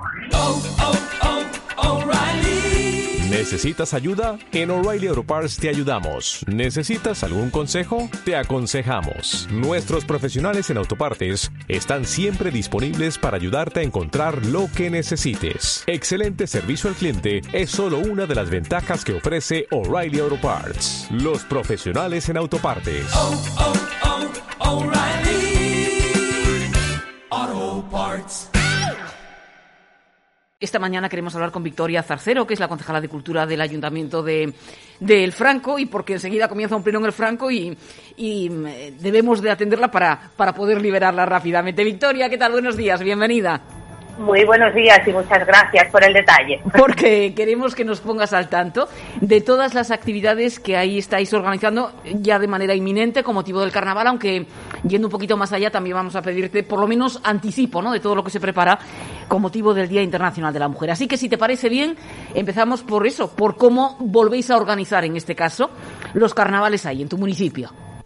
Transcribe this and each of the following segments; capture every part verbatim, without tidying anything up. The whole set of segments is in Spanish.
Oh, oh, oh, O'Reilly. ¿Necesitas ayuda? En O'Reilly Auto Parts te ayudamos. ¿Necesitas algún consejo? Te aconsejamos. Nuestros profesionales en autopartes están siempre disponibles para ayudarte a encontrar lo que necesites. Excelente servicio al cliente es solo una de las ventajas que ofrece O'Reilly Auto Parts. Los profesionales en autopartes. Oh, oh, oh, O'Reilly Auto Parts. Esta mañana queremos hablar con Victoria Zarcero, que es la concejala de Cultura del Ayuntamiento de, de El Franco, y porque enseguida comienza un pleno en El Franco y, y debemos de atenderla para, para poder liberarla rápidamente. Victoria, ¿qué tal? Buenos días, bienvenida. Muy buenos días y muchas gracias por el detalle. Porque queremos que nos pongas al tanto de todas las actividades que ahí estáis organizando ya de manera inminente con motivo del carnaval, aunque yendo un poquito más allá también vamos a pedirte por lo menos anticipo, ¿no?, de todo lo que se prepara con motivo del Día Internacional de la Mujer. Así que si te parece bien, empezamos por eso, por cómo volvéis a organizar en este caso los carnavales ahí en tu municipio.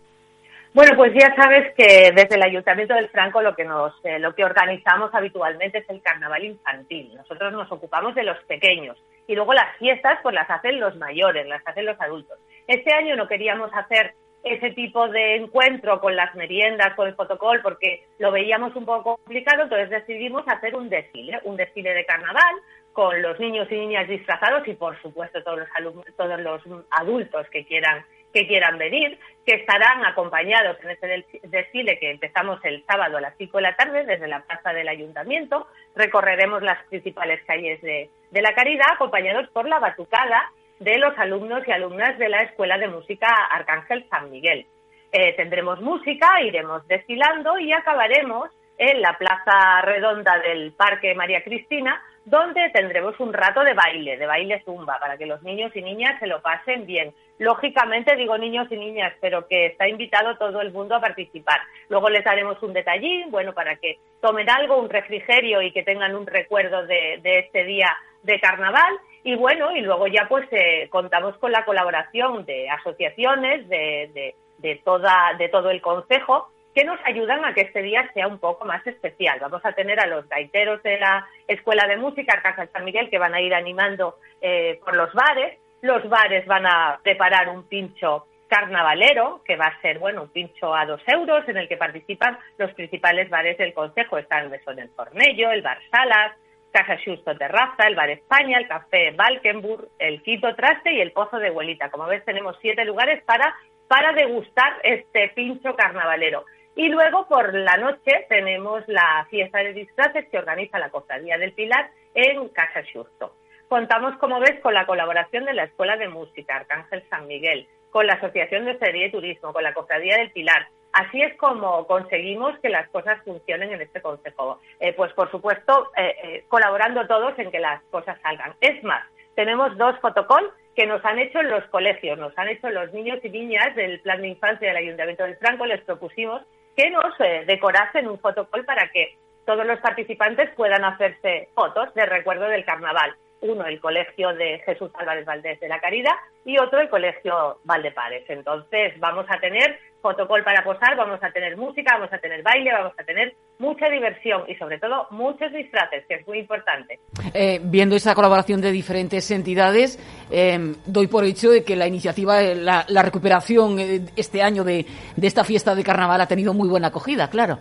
Bueno, pues ya sabes que desde el Ayuntamiento del Franco lo que nos eh, lo que organizamos habitualmente es el carnaval infantil. Nosotros nos ocupamos de los pequeños y luego las fiestas pues las hacen los mayores, las hacen los adultos. Este año no queríamos hacer ese tipo de encuentro con las meriendas, con el fotocall, porque lo veíamos un poco complicado, entonces decidimos hacer un desfile, un desfile de carnaval con los niños y niñas disfrazados y por supuesto todos los alumnos, todos los adultos que quieran que quieran venir, que estarán acompañados en este desfile que empezamos el sábado a las cinco de la tarde desde la plaza del Ayuntamiento. Recorreremos las principales calles de, de la Caridad, acompañados por la batucada de los alumnos y alumnas de la Escuela de Música Arcángel San Miguel. Eh, tendremos música, iremos desfilando y acabaremos en la plaza redonda del Parque María Cristina, donde tendremos un rato de baile, de baile zumba, para que los niños y niñas se lo pasen bien. Lógicamente digo niños y niñas, pero que está invitado todo el mundo a participar. Luego les daremos un detallín, bueno, para que tomen algo, un refrigerio y que tengan un recuerdo de, de este día de carnaval. Y bueno, y luego ya pues eh, contamos con la colaboración de asociaciones, de, de, de, toda, de todo el concejo, que nos ayudan a que este día sea un poco más especial. Vamos a tener a los gaiteros de la Escuela de Música Arcángel San Miguel que van a ir animando eh, por los bares. Los bares van a preparar un pincho carnavalero, que va a ser, bueno, un pincho a dos euros, en el que participan los principales bares del concejo. Están el Mesón El Cornello, el Bar Salas, Casa Xusto Terraza, el Bar España, el Café Valkenburg, el Quito Traste y el Pozo de Huelita. Como ves, tenemos siete lugares para, para degustar este pincho carnavalero. Y luego por la noche tenemos la fiesta de disfraces que organiza la Cofradía del Pilar en Casa Xusto. Contamos, como ves, con la colaboración de la Escuela de Música Arcángel San Miguel, con la Asociación de Hostelería y Turismo, con la Cofradía del Pilar. Así es como conseguimos que las cosas funcionen en este concejo. Eh, pues, por supuesto, eh, eh, colaborando todos en que las cosas salgan. Es más, tenemos dos fotocall que nos han hecho en los colegios, nos han hecho los niños y niñas del Plan de Infancia del Ayuntamiento del Franco. Les propusimos que nos eh, decorasen un fotocall para que todos los participantes puedan hacerse fotos de recuerdo del carnaval. Uno, el Colegio de Jesús Álvarez Valdés de la Caridad, y otro, el Colegio Valdepares. Entonces, vamos a tener fotocall para posar, vamos a tener música, vamos a tener baile, vamos a tener mucha diversión y, sobre todo, muchos disfraces, que es muy importante. Eh, viendo esa colaboración de diferentes entidades, eh, doy por hecho de que la iniciativa, la, la recuperación eh, este año de, de esta fiesta de carnaval ha tenido muy buena acogida, claro.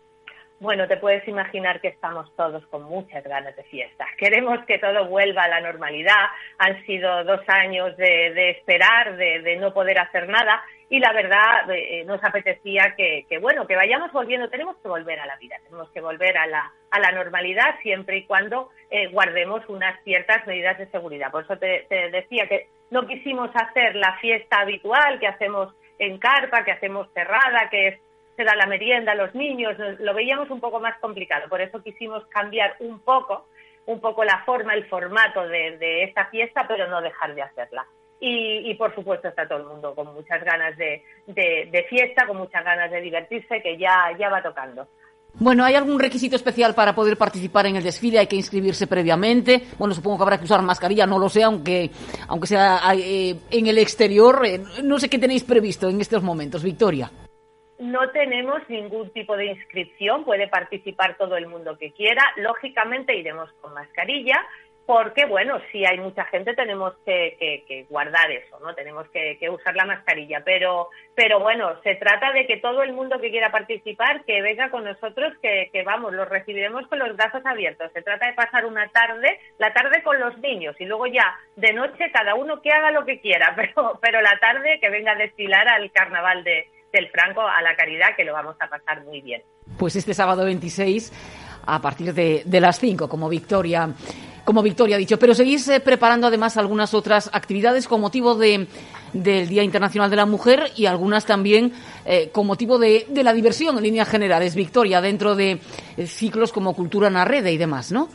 Bueno, te puedes imaginar que estamos todos con muchas ganas de fiesta. Queremos que todo vuelva a la normalidad. Han sido dos años de, de esperar, de, de no poder hacer nada. Y la verdad, eh, nos apetecía que, que, bueno, que vayamos volviendo. Tenemos que volver a la vida, tenemos que volver a la, a la normalidad siempre y cuando eh, guardemos unas ciertas medidas de seguridad. Por eso te, te decía que no quisimos hacer la fiesta habitual que hacemos en carpa, que hacemos cerrada, que es se da la merienda a los niños, lo veíamos un poco más complicado, por eso quisimos cambiar un poco, un poco la forma, el formato de, de esta fiesta, pero no dejar de hacerla. Y, y por supuesto está todo el mundo con muchas ganas de, de, de fiesta, con muchas ganas de divertirse, que ya, ya va tocando. Bueno, ¿hay algún requisito especial para poder participar en el desfile? ¿Hay que inscribirse previamente? Bueno, supongo que habrá que usar mascarilla, no lo sé, aunque aunque sea eh, en el exterior. Eh, no sé qué tenéis previsto en estos momentos, Victoria. no tenemos ningún tipo de inscripción, puede participar todo el mundo que quiera. Lógicamente iremos con mascarilla, porque, bueno, si hay mucha gente tenemos que, que, que guardar eso, ¿no? Tenemos que, que usar la mascarilla, pero pero bueno, se trata de que todo el mundo que quiera participar, que venga con nosotros, que, que vamos, los recibiremos con los brazos abiertos. Se trata de pasar una tarde, la tarde con los niños, y luego ya de noche cada uno que haga lo que quiera, pero pero la tarde que venga a desfilar al carnaval de, del Franco, a la Caridad, que lo vamos a pasar muy bien. Pues este sábado veintiséis, a partir de, de las cinco, como Victoria... Como Victoria ha dicho, pero seguís eh, preparando además algunas otras actividades con motivo de, del Día Internacional de la Mujer y algunas también eh, con motivo de, de la diversión en líneas generales, Victoria, dentro de eh, ciclos como Cultura na Rede y demás, ¿no?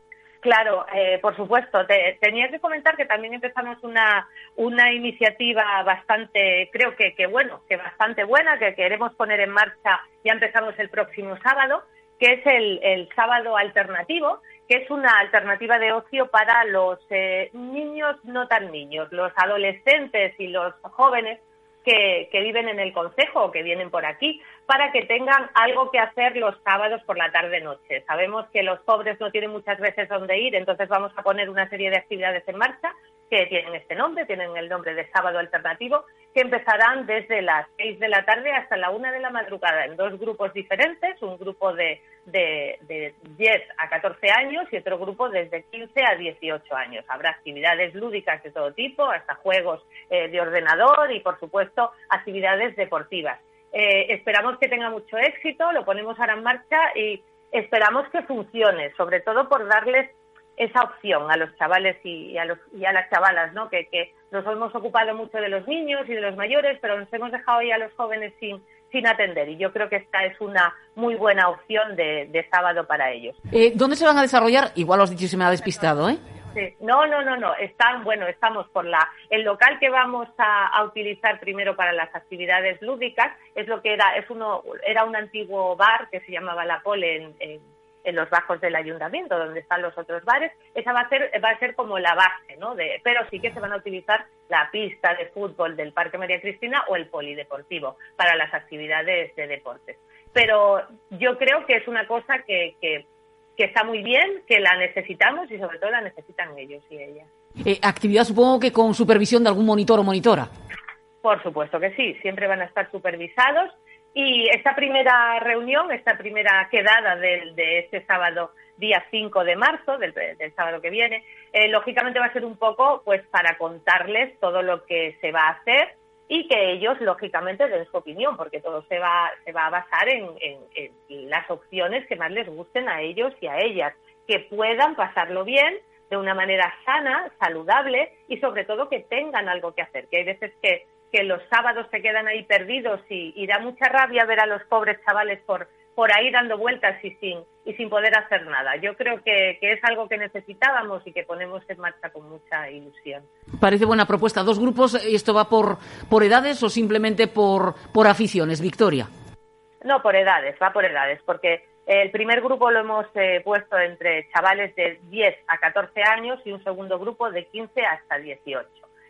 Claro, eh, por supuesto. Te, tenía que comentar que también empezamos una una iniciativa bastante, creo que, que bueno, que bastante buena, que queremos poner en marcha, ya empezamos el próximo sábado, que es el, el sábado alternativo, que es una alternativa de ocio para los eh, niños no tan niños, los adolescentes y los jóvenes que, que viven en el concejo o que vienen por aquí, para que tengan algo que hacer los sábados por la tarde-noche. Sabemos que los pobres no tienen muchas veces dónde ir, entonces vamos a poner una serie de actividades en marcha que tienen este nombre, tienen el nombre de Sábado Alternativo, que empezarán desde las seis de la tarde hasta la una de la madrugada, en dos grupos diferentes, un grupo de, de, de diez a catorce años y otro grupo desde quince a dieciocho años. Habrá actividades lúdicas de todo tipo, hasta juegos eh, de ordenador y, por supuesto, actividades deportivas. Eh, esperamos que tenga mucho éxito, lo ponemos ahora en marcha y esperamos que funcione, sobre todo por darles esa opción a los chavales y a los y a las chavalas, ¿no? Que, que nos hemos ocupado mucho de los niños y de los mayores, pero nos hemos dejado ahí a los jóvenes sin sin atender, y yo creo que esta es una muy buena opción de, de sábado para ellos. Eh, ¿Dónde se van a desarrollar? Igual lo has dicho y se me ha despistado, ¿eh? Sí. No, no, no, no. Están, bueno, estamos por la el local que vamos a, a utilizar primero para las actividades lúdicas es lo que era es uno era un antiguo bar que se llamaba La Pole en, en en los bajos del ayuntamiento, donde están los otros bares. Esa va a ser va a ser como la base, ¿no? De, pero sí que se van a utilizar la pista de fútbol del Parque María Cristina o el polideportivo para las actividades de deportes. Pero yo creo que es una cosa que, que, que está muy bien, que la necesitamos y sobre todo la necesitan ellos y ellas. Eh, actividad supongo que con supervisión de algún monitor o monitora. Por supuesto que sí, siempre van a estar supervisados. Y esta primera reunión, esta primera quedada de, de este sábado, día cinco de marzo, del, del sábado que viene, eh, lógicamente va a ser un poco pues para contarles todo lo que se va a hacer y que ellos, lógicamente, den su opinión, porque todo se va, se va a basar en, en, en las opciones que más les gusten a ellos y a ellas, que puedan pasarlo bien, de una manera sana, saludable y, sobre todo, que tengan algo que hacer, que hay veces que que los sábados se quedan ahí perdidos y, y da mucha rabia ver a los pobres chavales por por ahí dando vueltas y sin y sin poder hacer nada. Yo creo que, que es algo que necesitábamos y que ponemos en marcha con mucha ilusión. Parece buena propuesta. ¿Dos grupos? ¿Esto va por por edades o simplemente por por aficiones, Victoria? No, por edades, va por edades, porque el primer grupo lo hemos eh, puesto entre chavales de diez a catorce años y un segundo grupo de quince hasta dieciocho.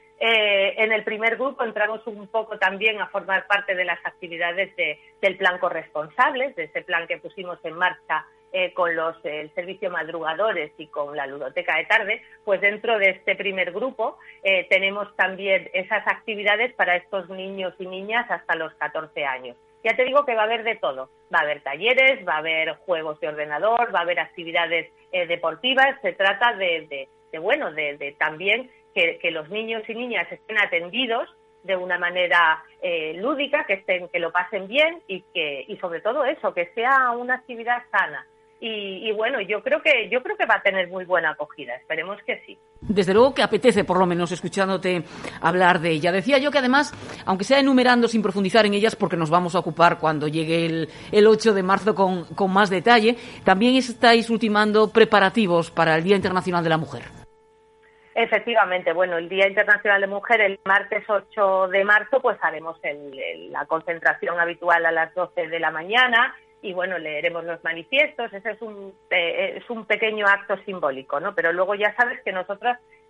Eh, en el primer grupo entramos un poco también a formar parte de las actividades de, del plan corresponsables, de ese plan que pusimos en marcha eh, con los eh, el servicio madrugadores y con la ludoteca de tarde. Pues dentro de este primer grupo eh, tenemos también esas actividades para estos niños y niñas hasta los catorce años. Ya te digo que va a haber de todo. Va a haber talleres, va a haber juegos de ordenador, va a haber actividades eh, deportivas. Se trata de, de, de bueno, de, de también Que, que los niños y niñas estén atendidos de una manera eh, lúdica, que estén, que lo pasen bien y que y sobre todo eso, que sea una actividad sana. Y, y bueno, yo creo que yo creo que va a tener muy buena acogida. Esperemos que sí. Desde luego que apetece, por lo menos, escuchándote hablar de ella. Decía yo que además, aunque sea enumerando sin profundizar en ellas, porque nos vamos a ocupar cuando llegue el, el ocho de marzo con, con más detalle, también estáis ultimando preparativos para el Día Internacional de la Mujer. Efectivamente, bueno, el Día Internacional de Mujer, el martes ocho de marzo, pues haremos el, el, la concentración habitual a las doce de la mañana y, bueno, leeremos los manifiestos. Ese es un, eh, es un pequeño acto simbólico, ¿no? Pero luego ya sabes que nosotras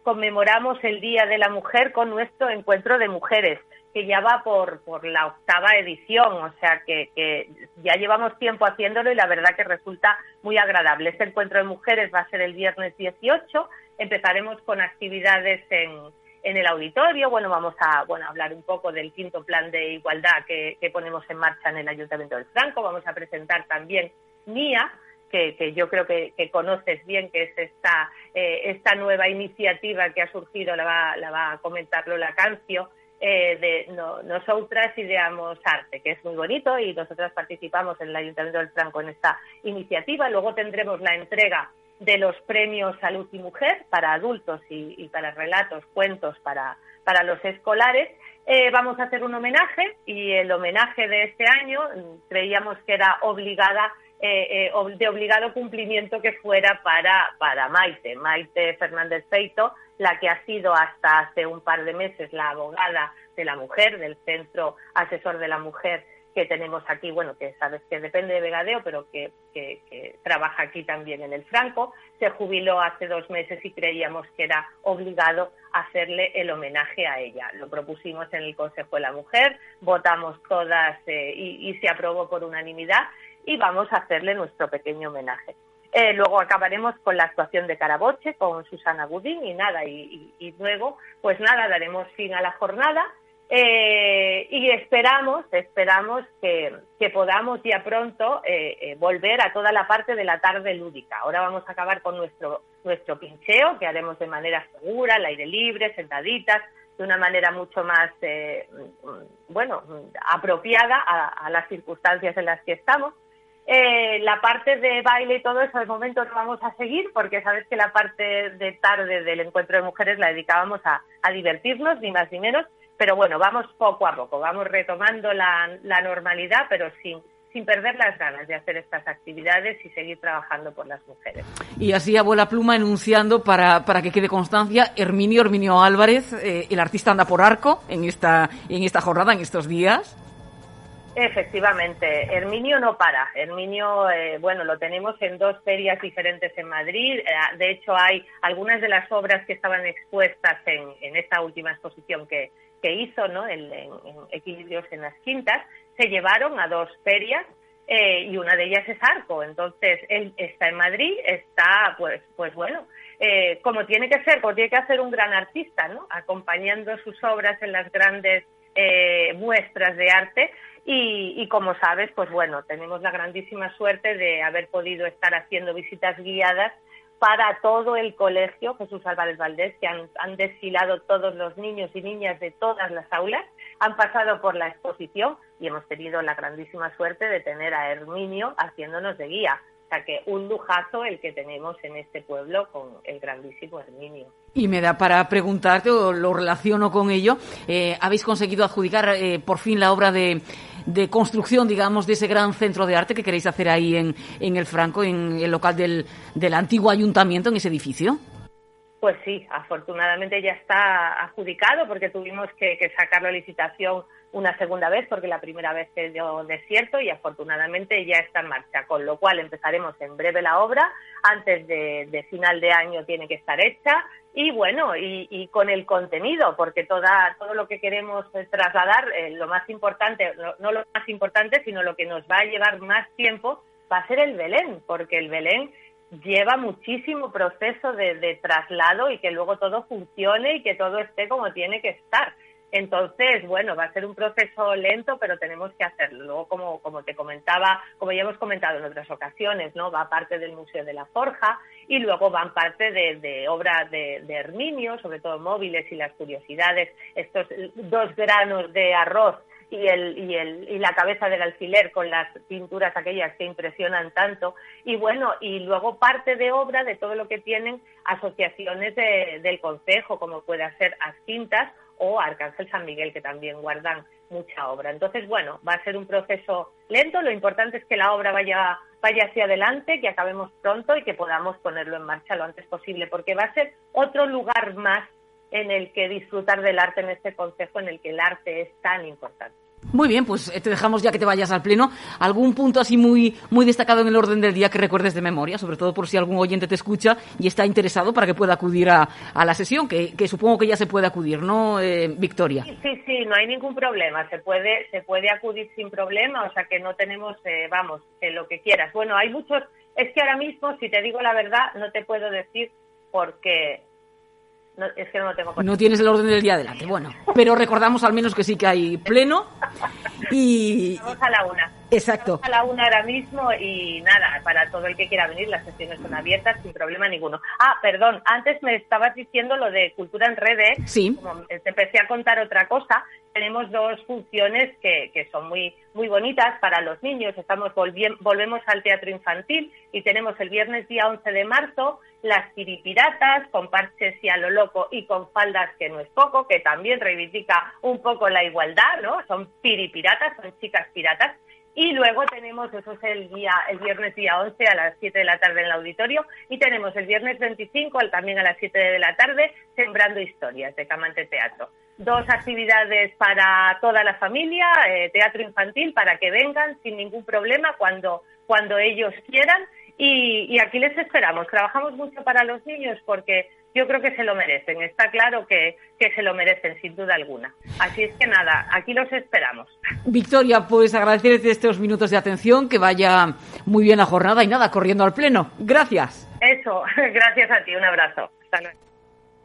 conmemoramos el Día de la Mujer con nuestro encuentro de mujeres, que ya va por, por la octava edición, o sea que, que ya llevamos tiempo haciéndolo y la verdad que resulta muy agradable. Este encuentro de mujeres va a ser el viernes dieciocho, empezaremos con actividades en, en el auditorio, bueno, vamos a bueno hablar un poco del quinto plan de igualdad que, que ponemos en marcha en el Ayuntamiento del Franco, vamos a presentar también Mía, que, que yo creo que, que conoces bien, que es esta, eh, esta nueva iniciativa que ha surgido, la va, la va a comentar Lola Cancio, Eh, de no, nosotras ideamos arte, que es muy bonito y nosotras participamos en el Ayuntamiento del Franco en esta iniciativa. Luego tendremos la entrega de los premios Salud y Mujer para adultos y, y para relatos, cuentos para, para los escolares. Eh, vamos a hacer un homenaje y el homenaje de este año creíamos que era obligada eh, eh, de obligado cumplimiento que fuera para, para Maite, Maite Fernández Feito, la que ha sido hasta hace un par de meses la abogada de la mujer, del Centro Asesor de la Mujer que tenemos aquí, bueno, que sabes que depende de Vegadeo, pero que, que, que trabaja aquí también en el Franco. Se jubiló hace dos meses y creíamos que era obligado hacerle el homenaje a ella. Lo propusimos en el Consejo de la Mujer, votamos todas eh, y, y se aprobó por unanimidad y vamos a hacerle nuestro pequeño homenaje. Eh, luego acabaremos con la actuación de Caraboche, con Susana Gudín y nada, y, y, y luego, pues nada, daremos fin a la jornada eh, y esperamos, esperamos que, que podamos ya pronto eh, eh, volver a toda la parte de la tarde lúdica. Ahora vamos a acabar con nuestro, nuestro pincheo, que haremos de manera segura, al aire libre, sentaditas, de una manera mucho más, eh, bueno, apropiada a, a las circunstancias en las que estamos. Eh, la parte de baile y todo eso de momento no vamos a seguir porque sabes que la parte de tarde del encuentro de mujeres la dedicábamos a, a divertirnos, ni más ni menos, pero bueno, vamos poco a poco, vamos retomando la, la normalidad, pero sin, sin perder las ganas de hacer estas actividades y seguir trabajando por las mujeres. Y así abuela pluma enunciando para, para que quede constancia, Herminio, Herminio Álvarez, eh, el artista anda por arco en esta, en esta jornada, en estos días. Efectivamente, Herminio no para. Herminio, eh, bueno, lo tenemos en dos ferias diferentes en Madrid. Eh, de hecho, hay algunas de las obras que estaban expuestas en, en esta última exposición que, que hizo, ¿no? En, en, en Equilibrios en las Quintas, se llevaron a dos ferias eh, y una de ellas es Arco. Entonces, él está en Madrid, está, pues, pues bueno, eh, como tiene que ser, como tiene que hacer un gran artista, ¿no? Acompañando sus obras en las grandes eh, muestras de arte. Y, y como sabes, pues bueno, tenemos la grandísima suerte de haber podido estar haciendo visitas guiadas para todo el colegio Jesús Álvarez Valdés, que han, han desfilado todos los niños y niñas de todas las aulas, han pasado por la exposición y hemos tenido la grandísima suerte de tener a Herminio haciéndonos de guía. O sea que un lujazo el que tenemos en este pueblo con el grandísimo Herminio. Y me da para preguntarte, o lo relaciono con ello, eh, ¿habéis conseguido adjudicar eh, por fin la obra de, de construcción, digamos, de ese gran centro de arte que queréis hacer ahí en, en el Franco, en el local del, del antiguo ayuntamiento, en ese edificio? Pues sí, afortunadamente ya está adjudicado porque tuvimos que, que sacarlo a licitación una segunda vez porque la primera vez quedó desierto y afortunadamente ya está en marcha, con lo cual empezaremos en breve la obra, antes de, de final de año tiene que estar hecha y bueno, y, y con el contenido, porque toda, todo lo que queremos trasladar, eh, lo más importante, no, no lo más importante, sino lo que nos va a llevar más tiempo va a ser el Belén, porque el Belén lleva muchísimo proceso de, de traslado y que luego todo funcione y que todo esté como tiene que estar. Entonces, bueno, va a ser un proceso lento, pero tenemos que hacerlo. Luego, como, como te comentaba, como ya hemos comentado en otras ocasiones, ¿no? Va parte del Museo de la Forja y luego van parte de, de obras de, de Herminio, sobre todo móviles y las curiosidades, estos dos granos de arroz y el y el y la cabeza del alfiler con las pinturas aquellas que impresionan tanto y bueno y luego parte de obra de todo lo que tienen asociaciones de, del concejo como puede ser As Quintas o Arcángel San Miguel que también guardan mucha obra. Entonces bueno, va a ser un proceso lento, lo importante es que la obra vaya vaya hacia adelante, que acabemos pronto y que podamos ponerlo en marcha lo antes posible porque va a ser otro lugar más en el que disfrutar del arte en este concejo en el que el arte es tan importante. Muy bien, pues te dejamos ya que te vayas al pleno. ¿Algún punto así muy muy destacado en el orden del día que recuerdes de memoria? Sobre todo por si algún oyente te escucha y está interesado para que pueda acudir a, a la sesión, que, que supongo que ya se puede acudir, ¿no, eh, Victoria? Sí, sí, sí, no hay ningún problema. Se puede se puede acudir sin problema, o sea que no tenemos, eh, vamos, eh, lo que quieras. Bueno, hay muchos... Es que ahora mismo, si te digo la verdad, no te puedo decir porque... No, es que no lo tengo. No tienes el orden del día adelante, bueno. Pero recordamos al menos que sí que hay pleno y... Vamos a la una. Exacto. A la una ahora mismo y nada, para todo el que quiera venir, las sesiones son abiertas sin problema ninguno. Ah, perdón, antes me estabas diciendo lo de cultura en redes. Sí. Como te empecé a contar otra cosa, tenemos dos funciones que, que son muy muy bonitas para los niños. Estamos volvi- volvemos al teatro infantil y tenemos el viernes día once de marzo las piripiratas con parches y a lo loco y con faldas, que no es poco, que también reivindica un poco la igualdad, ¿no? Son piripiratas, son chicas piratas. Y luego tenemos, eso es el día, el viernes día once a las siete de la tarde en el auditorio, y tenemos el viernes veinticinco también a las siete de la tarde, Sembrando Historias, de Camante Teatro. Dos actividades para toda la familia, eh, teatro infantil, para que vengan sin ningún problema cuando, cuando ellos quieran, y, y aquí les esperamos. Trabajamos mucho para los niños porque yo creo que se lo merecen, está claro que, que se lo merecen, sin duda alguna. Así es que nada, aquí los esperamos. Victoria, pues agradecerte estos minutos de atención, que vaya muy bien la jornada y nada, corriendo al pleno. Gracias. Eso, gracias a ti, un abrazo. Hasta luego.